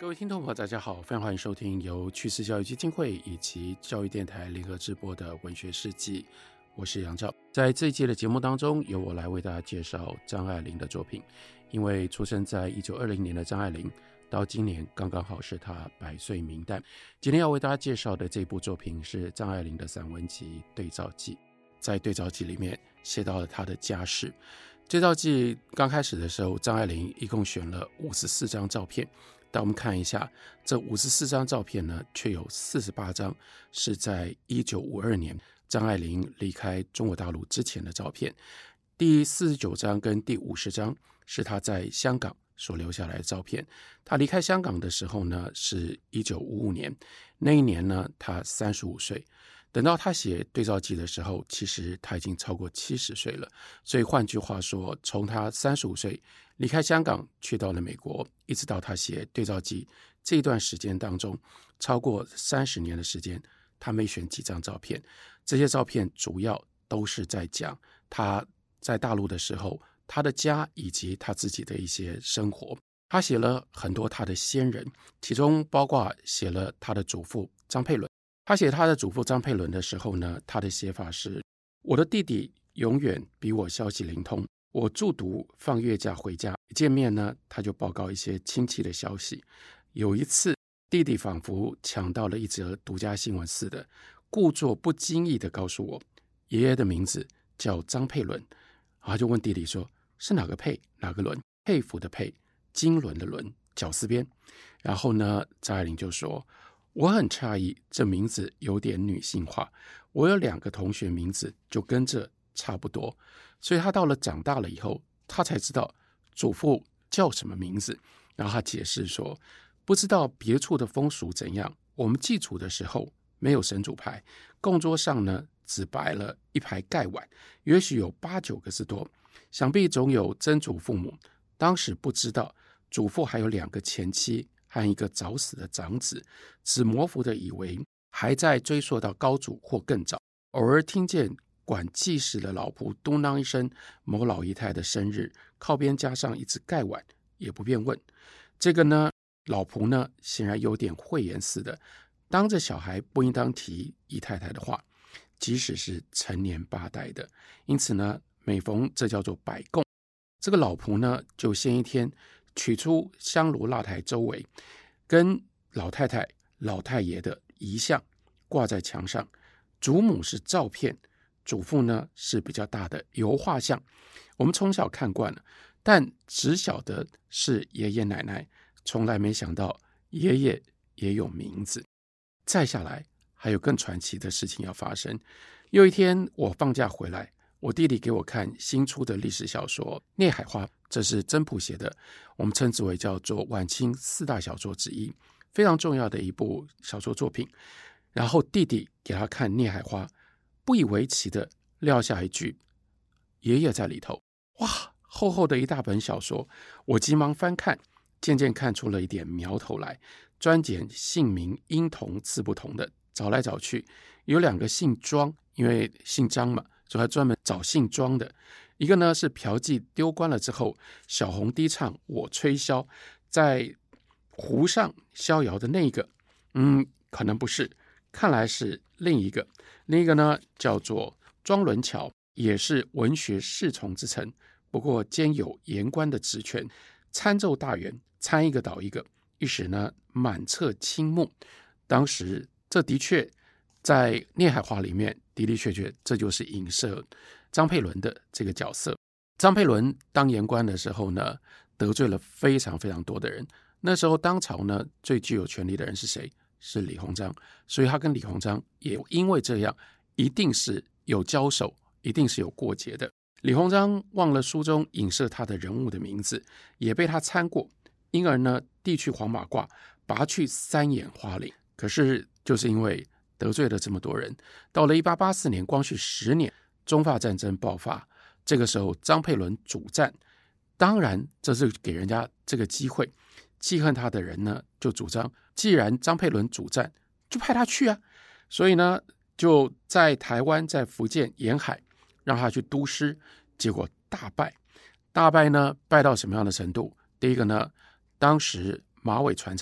各位听众朋友大家好，非常欢迎收听由趋势教育基金会以及教育电台联合直播的文学世纪，我是杨照。在这一期的节目当中，由我来为大家介绍张爱玲的作品。因为出生在1920年的张爱玲到今年刚刚好是她100岁冥诞。今天要为大家介绍的这部作品是张爱玲的散文集《对照记》。在《对照记》里面写到了她的家世。《对照记》刚开始的时候，张爱玲一共选了54张照片，但我们看一下这54张照片呢，却有48张是在1952年张爱玲离开中国大陆之前的照片。第49张跟第50张是她在香港所留下来的照片。她离开香港的时候呢，是1955年，那一年呢，她35岁。等到他写对照记的时候，其实他已经超过70岁了。所以换句话说，从他35岁离开香港去到了美国，一直到他写对照记这一段时间当中，超过30年的时间，他没选几张照片。这些照片主要都是在讲他在大陆的时候，他的家以及他自己的一些生活。他写了很多他的先人，其中包括写了他的祖父张佩伦。他写他的祖父张佩伦的时候呢，他的写法是：我的弟弟永远比我消息灵通，我驻读放月假回家，一见面呢，他就报告一些亲戚的消息。有一次，弟弟仿佛抢到了一则独家新闻似的，故作不经意地告诉我，爷爷的名字叫张佩伦。他就问弟弟说：是哪个佩哪个伦？佩服的佩，经纶的纶，绞丝边。然后呢，张爱玲就说：我很诧异，这名字有点女性化。我有2个同学名字就跟这差不多，所以他到了长大了以后，他才知道祖父叫什么名字。然后他解释说，不知道别处的风俗怎样，我们祭祖的时候没有神主牌，供桌上呢只摆了一排盖碗，也许有8、9个之多，想必总有曾祖父母。当时不知道祖父还有2个前妻和一个早死的长子，只模糊的以为还在追溯到高祖或更早。偶尔听见管祭祀的老仆嘟囔一声某老姨太的生日，靠边加上一只盖碗，也不便问。这个呢，老仆呢显然有点讳言似的，当着小孩不应当提姨太太的话，即使是成年8代的。因此呢，每逢这叫做摆供，这个老仆呢就先一天取出香炉蜡台周围，跟老太太老太爷的遗像挂在墙上。祖母是照片，祖父呢是比较大的油画像。我们从小看惯了，但只晓得是爷爷奶奶，从来没想到爷爷也有名字。再下来还有更传奇的事情要发生。有一天我放假回来，我弟弟给我看新出的历史小说《孽海花》，这是真朴写的，我们称之为叫做晚清4大小说之一，非常重要的一部小说作品。然后弟弟给他看《孽海花》，不以为奇的撂下一句：爷爷在里头。哇，厚厚的一大本小说，我急忙翻看，渐渐看出了一点苗头来，专拣姓名音同字不同的，找来找去，有2个姓庄，因为姓张嘛，所以他专门找姓庄的。一个呢是嫖妓丢官了之后，小红低唱我吹箫，在湖上逍遥的那个，可能不是，看来是另一个。另一个呢叫做庄伦桥，也是文学侍从之臣，不过兼有言官的职权，参奏大员，参一个倒一个，一时呢满册倾慕。当时这的确在《孽海花》里面的的确确，这就是影射张佩伦的这个角色。张佩伦当言官的时候呢，得罪了非常非常多的人。那时候当朝呢，最具有权力的人是谁？是李鸿章。所以他跟李鸿章也因为这样，一定是有交手，一定是有过节的。李鸿章忘了书中影射他的人物的名字，也被他参过，因而呢，递去黄马褂，拔去3眼花翎。可是就是因为得罪了这么多人，到了1884年光绪10年，中法战争爆发，这个时候张佩伦主战，当然这是给人家这个机会，记恨他的人呢就主张，既然张佩伦主战，就派他去啊。所以呢，就在台湾、在福建沿海让他去督师，结果大败。大败呢，败到什么样的程度？第一个呢，当时马尾船厂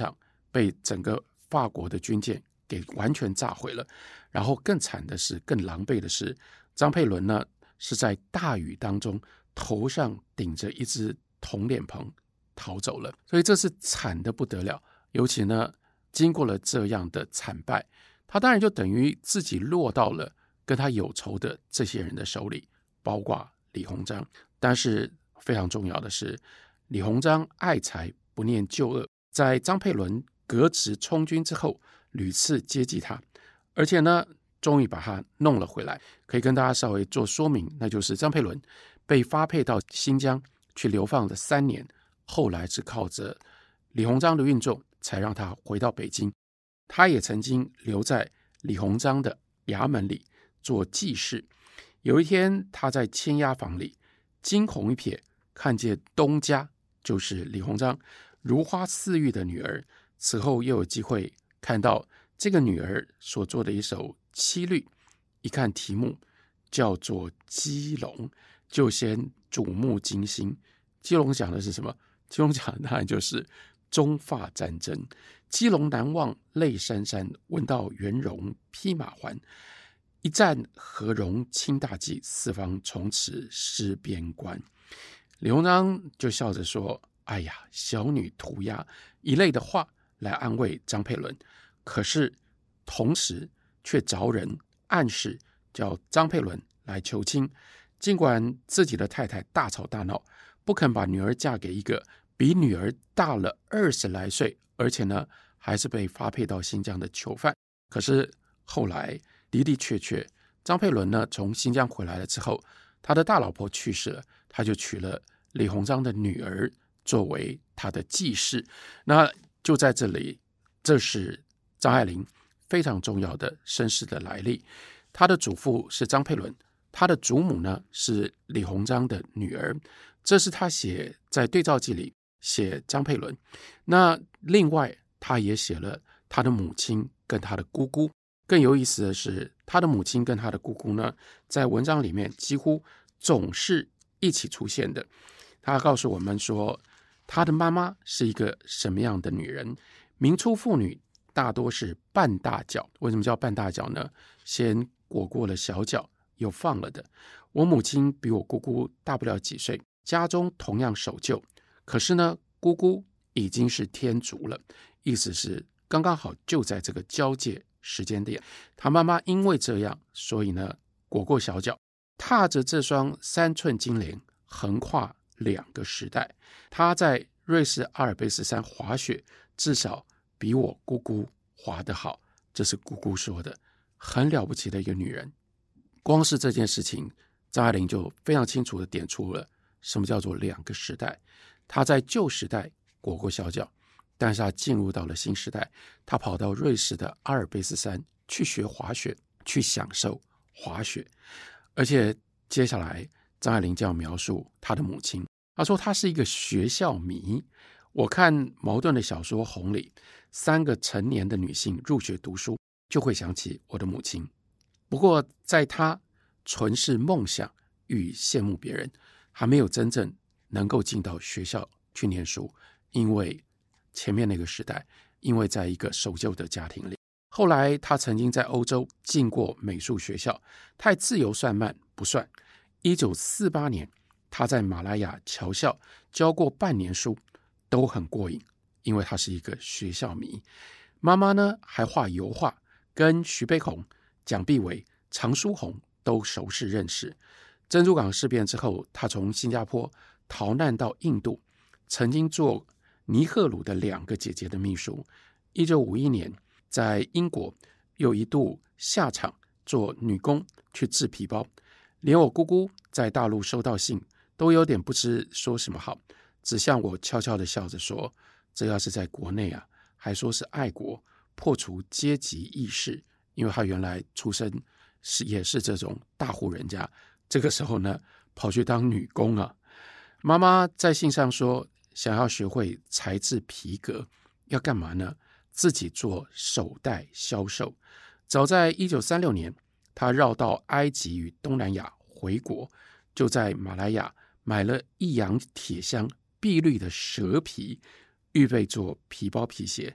被整个法国的军舰给完全炸毁了。然后更惨的是，更狼狈的是，张佩伦呢是在大雨当中头上顶着一只铜脸盆逃走了。所以这是惨的不得了。尤其呢，经过了这样的惨败，他当然就等于自己落到了跟他有仇的这些人的手里，包括李鸿章。但是非常重要的是，李鸿章爱才不念旧恶，在张佩伦革职充军之后，屡次接济他，而且呢，终于把他弄了回来。可以跟大家稍微做说明，那就是张佩伦被发配到新疆去流放了3年，后来是靠着李鸿章的运动才让他回到北京。他也曾经留在李鸿章的衙门里做记事。有一天，他在签押房里惊鸿一瞥，看见东家，就是李鸿章如花似玉的女儿。此后又有机会看到这个女儿所做的一首七律，一看题目叫做《鸡笼》，就先瞩目惊心。鸡笼讲的是什么？鸡笼讲的当然就是中法战争。鸡笼难忘泪潸潸，闻道元戎披马还。一战何容清大计，四方从此失边关。李鸿章就笑着说：“哎呀，小女涂鸦”一类的话来安慰张佩伦，可是同时却着人暗示叫张佩伦来求亲。尽管自己的太太大吵大闹，不肯把女儿嫁给一个比女儿大了20来岁，而且呢还是被发配到新疆的囚犯，可是后来的的确确，张佩伦呢从新疆回来了之后，他的大老婆去世了，他就娶了李鸿章的女儿作为他的继室。那就在这里，这是张爱玲非常重要的身世的来历。他的祖父是张佩伦，他的祖母呢是李鸿章的女儿，这是他写在对照记里写张佩伦。那另外他也写了他的母亲跟他的姑姑。更有意思的是，他的母亲跟他的姑姑呢，在文章里面几乎总是一起出现的。他告诉我们说，他的妈妈是一个什么样的女人。明初妇女大多是半大脚，为什么叫半大脚呢？先裹过了小脚，又放了的。我母亲比我姑姑大不了几岁，家中同样守旧，可是呢，姑姑已经是天竺了，意思是刚刚好就在这个交界时间点。他妈妈因为这样，所以呢，裹过小脚，踏着这双3寸金莲，横跨2个时代。他在瑞士阿尔卑斯山滑雪，至少比我姑姑滑得好，这是姑姑说的，很了不起的一个女人。光是这件事情，张爱玲就非常清楚地点出了什么叫做2个时代。她在旧时代裹过小脚，但是她进入到了新时代，她跑到瑞士的阿尔卑斯山去学滑雪，去享受滑雪。而且接下来张爱玲这样描述她的母亲，她说她是一个学校迷。我看茅盾的小说《红》里，3个成年的女性入学读书，就会想起我的母亲。不过在她纯是梦想与羡慕别人，还没有真正能够进到学校去念书，因为前面那个时代，因为在一个守旧的家庭里。后来他曾经在欧洲进过美术学校，太自由散漫不算。1948年他在马来亚侨校教过半年书，都很过瘾，因为他是一个学校迷。妈妈呢还画油画，跟徐悲鸿、蒋碧伟、常书鸿都熟识认识。珍珠港事变之后，他从新加坡逃难到印度，曾经做尼赫鲁的2个姐姐的秘书。1951年在英国又一度下场做女工去制皮包，连我姑姑在大陆收到信都有点不知说什么好，只向我悄悄地笑着说，这要是在国内啊，还说是爱国，破除阶级意识，因为他原来出身也是这种大户人家，这个时候呢跑去当女工啊。妈妈在信上说，想要学会裁制皮革，要干嘛呢？自己做手袋销售。早在1936年，他绕到埃及与东南亚回国，就在马来亚买了1洋铁箱碧绿的蛇皮，预备做皮包皮鞋。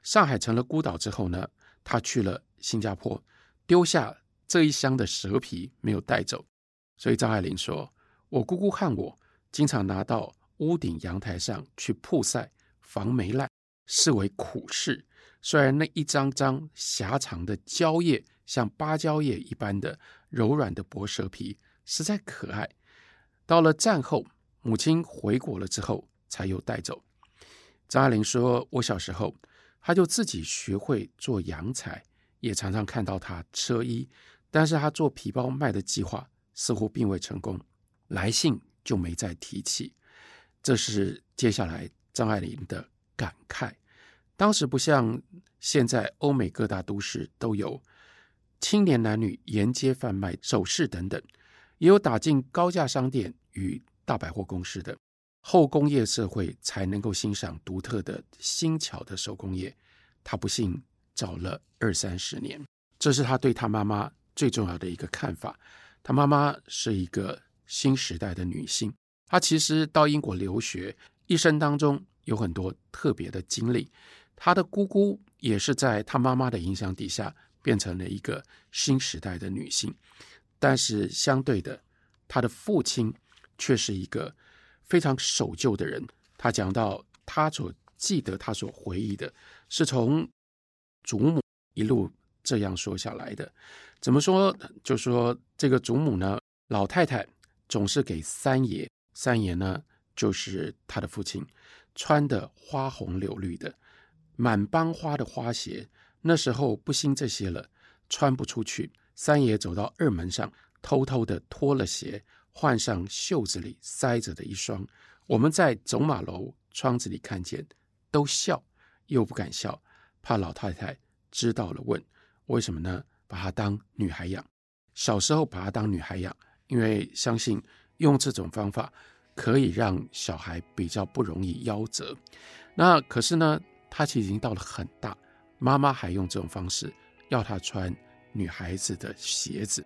上海成了孤岛之后呢，他去了新加坡，丢下这一箱的蛇皮没有带走。所以张爱玲说，我姑姑和我经常拿到屋顶阳台上去曝晒防霉烂，视为苦事。虽然那一张张狭长的蕉叶像芭蕉叶一般的柔软的薄蛇皮实在可爱，到了战后母亲回国了之后才又带走。张爱玲说，我小时候她就自己学会做洋裁，也常常看到她车衣，但是她做皮包卖的计划似乎并未成功，来信就没再提起。这是接下来张爱玲的感慨。当时不像现在欧美各大都市都有青年男女沿街贩卖首饰等等，也有打进高价商店与大百货公司的，后工业社会才能够欣赏独特的新巧的手工业。他不幸早了20-30年，这是他对他妈妈最重要的一个看法。他妈妈是一个新时代的女性，她其实到英国留学，一生当中有很多特别的经历。她的姑姑也是在她妈妈的影响底下变成了一个新时代的女性，但是相对的，她的父亲却是一个非常守旧的人。他讲到他所记得，他所回忆的是从祖母一路这样说下来的。怎么说？就说这个祖母呢，老太太总是给三爷，三爷呢就是他的父亲，穿的花红柳绿的满帮花的花鞋，那时候不兴这些了，穿不出去。三爷走到二门上，偷偷的脱了鞋，换上袖子里塞着的一双。我们在走马楼窗子里看见，都笑，又不敢笑，怕老太太知道了问。为什么呢？把她当女孩养。小时候把她当女孩养，因为相信用这种方法可以让小孩比较不容易夭折。那可是呢，她其实已经到了很大，妈妈还用这种方式要她穿女孩子的鞋子。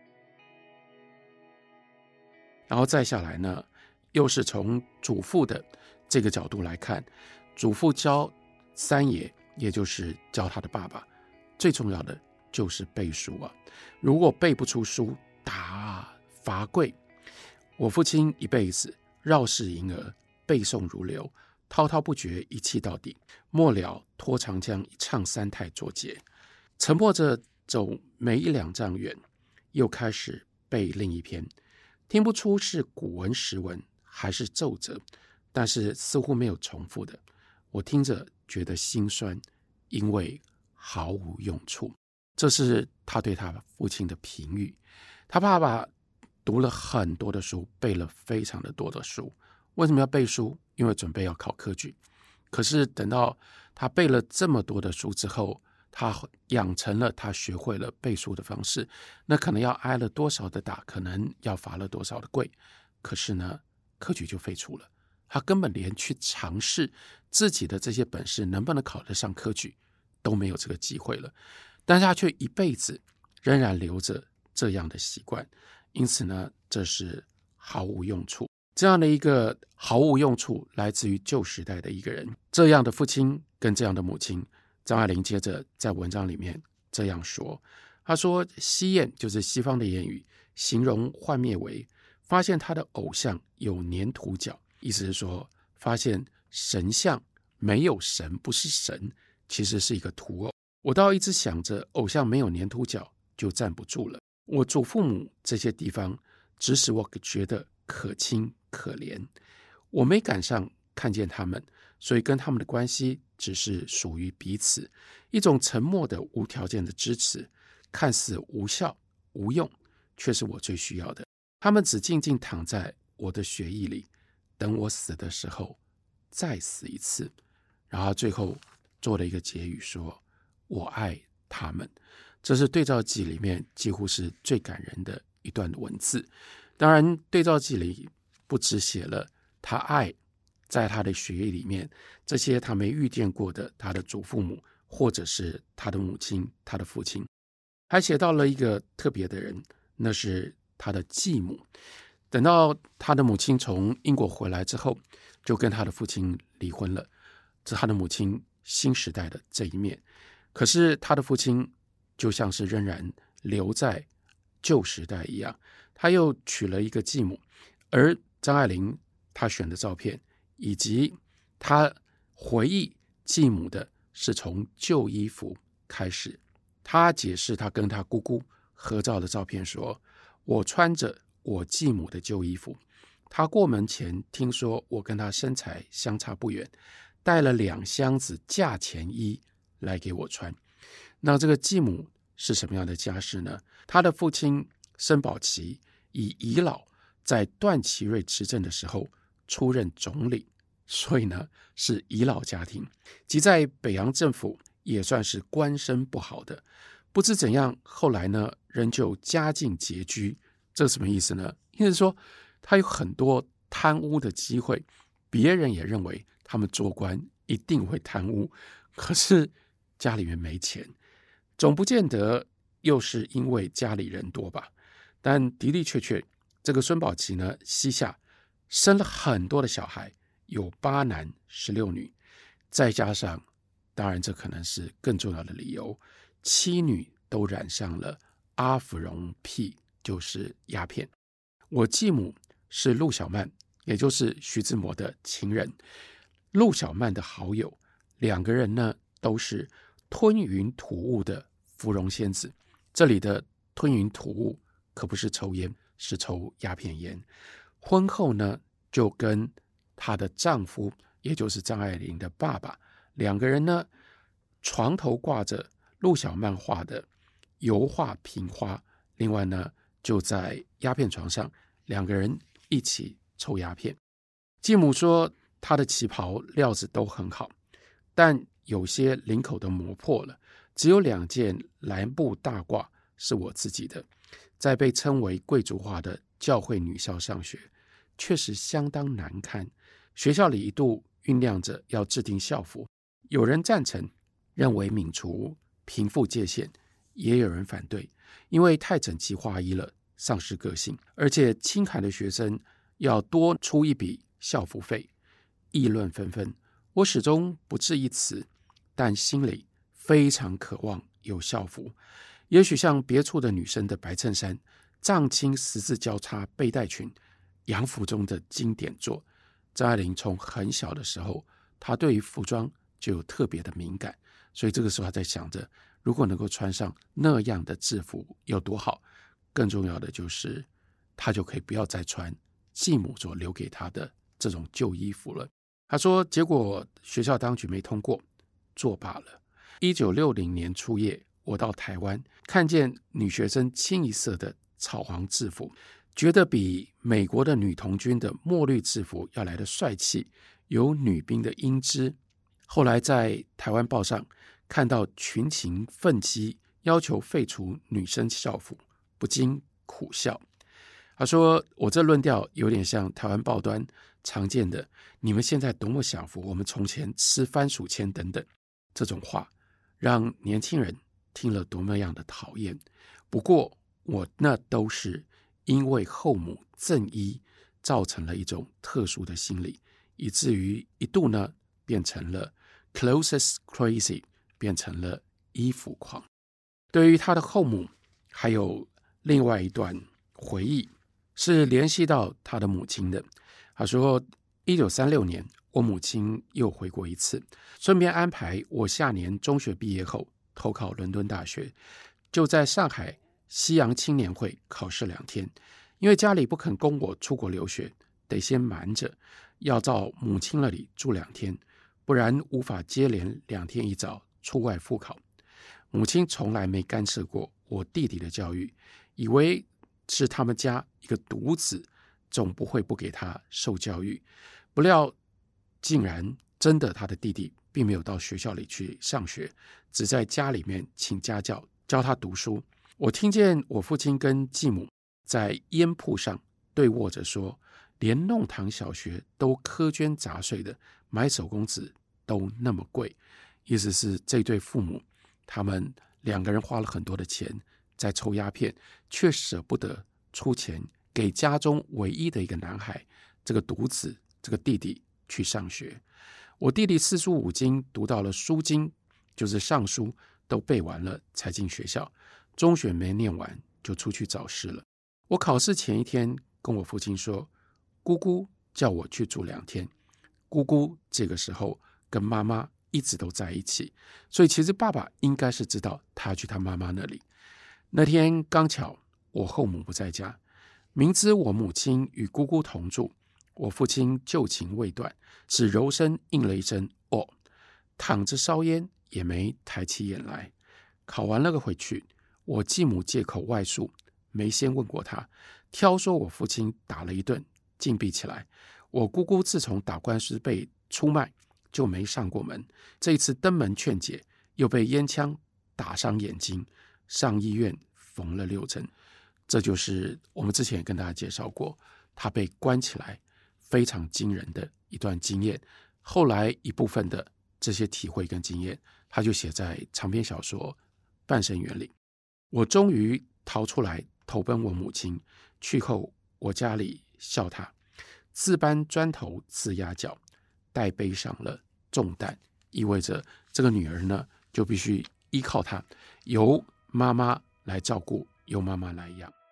然后再下来呢，又是从祖父的这个角度来看，祖父教三爷，也就是教他的爸爸，最重要的就是背书啊！如果背不出书，打啊罚跪。我父亲一辈子绕世银额，背诵如流，滔滔不绝，一气到底。末了拖长江，一唱三太作结。沉默着走没1-2丈远，又开始背另一篇，听不出是古文时文还是奏折，但是似乎没有重复的。我听着觉得心酸，因为毫无用处。这是他对他父亲的评语。他爸爸读了很多的书，背了非常的多的书。为什么要背书？因为准备要考科举。可是等到他背了这么多的书之后，他养成了，他学会了背书的方式，那可能要挨了多少的打，可能要罚了多少的跪。可是呢，科举就废除了，他根本连去尝试自己的这些本事能不能考得上科举都没有这个机会了。但是他却一辈子仍然留着这样的习惯，因此呢，这是毫无用处。这样的一个毫无用处来自于旧时代的一个人，这样的父亲跟这样的母亲，张爱玲接着在文章里面这样说。他说，西谚就是西方的谚语，形容幻灭为发现他的偶像有粘土角，意思是说发现神像没有神，不是神，其实是一个土偶。我倒一直想着偶像没有粘土角就站不住了。我祖父母这些地方只使我觉得可亲可怜，我没赶上看见他们，所以跟他们的关系只是属于彼此，一种沉默的无条件的支持，看似无效无用，却是我最需要的。他们只静静躺在我的血液里，等我死的时候再死一次。然后最后做了一个结语说，我爱他们。这是对照记里面几乎是最感人的一段文字。当然对照记里不只写了他爱在他的血液里面这些他没遇见过的他的祖父母，或者是他的母亲他的父亲，还写到了一个特别的人，那是他的继母。等到他的母亲从英国回来之后，就跟他的父亲离婚了，他的母亲新时代的这一面。可是他的父亲就像是仍然留在旧时代一样，他又娶了一个继母，而张爱玲她选的照片以及她回忆继母的是从旧衣服开始。她解释她跟她姑姑合照的照片说，我穿着我继母的旧衣服，她过门前听说我跟她身材相差不远，带了2箱子价钱衣来给我穿。那这个继母是什么样的家世呢？她的父亲申宝琦以遗老在段祺瑞执政的时候出任总理，所以呢是遗老家庭，即在北洋政府也算是官声不好的。不知怎样，后来呢仍旧家境拮据。这是什么意思呢？意思是说他有很多贪污的机会，别人也认为他们做官一定会贪污，可是家里面没钱，总不见得又是因为家里人多吧。但的的确确，这个孙宝琦呢膝下生了很多的小孩，有8男16女，再加上当然这可能是更重要的理由，7女都染上了阿芙蓉癖，就是鸦片。我继母是陆小曼，也就是徐志摩的情人，陆小曼的好友，2个人呢都是吞云吐雾的芙蓉仙子。这里的吞云吐雾可不是抽烟，是抽鸦片烟。婚后呢就跟她的丈夫，也就是张爱玲的爸爸，2个人呢床头挂着陆小曼画的油画瓶花，另外呢就在鸦片床上2个人一起抽鸦片。继母说她的旗袍料子都很好，但有些领口都磨破了，只有2件蓝布大褂是我自己的。在被称为贵族化的教会女校上学，确实相当难堪。学校里一度酝酿着要制定校服，有人赞成，认为泯除贫富界限，也有人反对，因为太整齐划一了，丧失个性，而且清寒的学生要多出一笔校服费，议论纷纷。我始终不置一词，但心里非常渴望有校服。也许像别处的女生的白衬衫、藏青十字交叉背带裙，洋服中的经典作。张爱玲从很小的时候，她对于服装就有特别的敏感，所以这个时候她在想着，如果能够穿上那样的制服有多好。更重要的就是她就可以不要再穿继母所留给她的这种旧衣服了。她说结果学校当局没通过，作罢了。1960年初叶，我到台湾看见女学生清一色的草黄制服，觉得比美国的女童军的墨绿制服要来的帅气，有女兵的英姿。后来在台湾报上看到群情奋激，要求废除女生校服，不禁苦笑。他说我这论调有点像台湾报端常见的你们现在多么享福，我们从前吃番薯签等等，这种话让年轻人听了多么样的讨厌。不过我那都是因为后母赠衣造成了一种特殊的心理，以至于一度呢变成了 closest crazy， 变成了衣服狂。对于他的后母还有另外一段回忆，是联系到他的母亲的。他说1936年我母亲又回国一次，顺便安排我下年中学毕业后投考伦敦大学，就在上海西洋青年会考试2天。因为家里不肯供我出国留学，得先瞒着，要到母亲那里住2天，不然无法接连2天一早出外复考。母亲从来没干涉过我弟弟的教育，以为是他们家一个独子，总不会不给他受教育。不料竟然真的他的弟弟并没有到学校里去上学，只在家里面请家教教他读书。我听见我父亲跟继母在烟铺上对握着说，连弄堂小学都苛捐杂税的，买手工纸都那么贵。意思是这对父母他们2个人花了很多的钱在抽鸦片，却舍不得出钱给家中唯一的一个男孩，这个独子，这个弟弟去上学。我弟弟四书五经读到了书经，就是上书都背完了才进学校，中学没念完就出去找事了。我考试前一天跟我父亲说，姑姑叫我去住2天。姑姑这个时候跟妈妈一直都在一起，所以其实爸爸应该是知道他去他妈妈那里。那天刚巧我后母不在家，明知我母亲与姑姑同住，我父亲旧情未断，只柔声应了一声哦，躺着烧烟也没抬起眼来。考完了个回去，我继母借口外宿，没先问过他，挑说我父亲打了一顿，禁闭起来。我姑姑自从打官司被出卖，就没上过门。这一次登门劝解，又被烟枪打伤眼睛，上医院缝了6针。这就是我们之前也跟大家介绍过，他被关起来非常惊人的一段经验。后来一部分的这些体会跟经验，他就写在长篇小说《半生缘》里。我终于逃出来，投奔我母亲。去后我家里笑他，自搬砖头自压脚，带背上了重担，意味着这个女儿呢，就必须依靠她，由妈妈来照顾，由妈妈来养。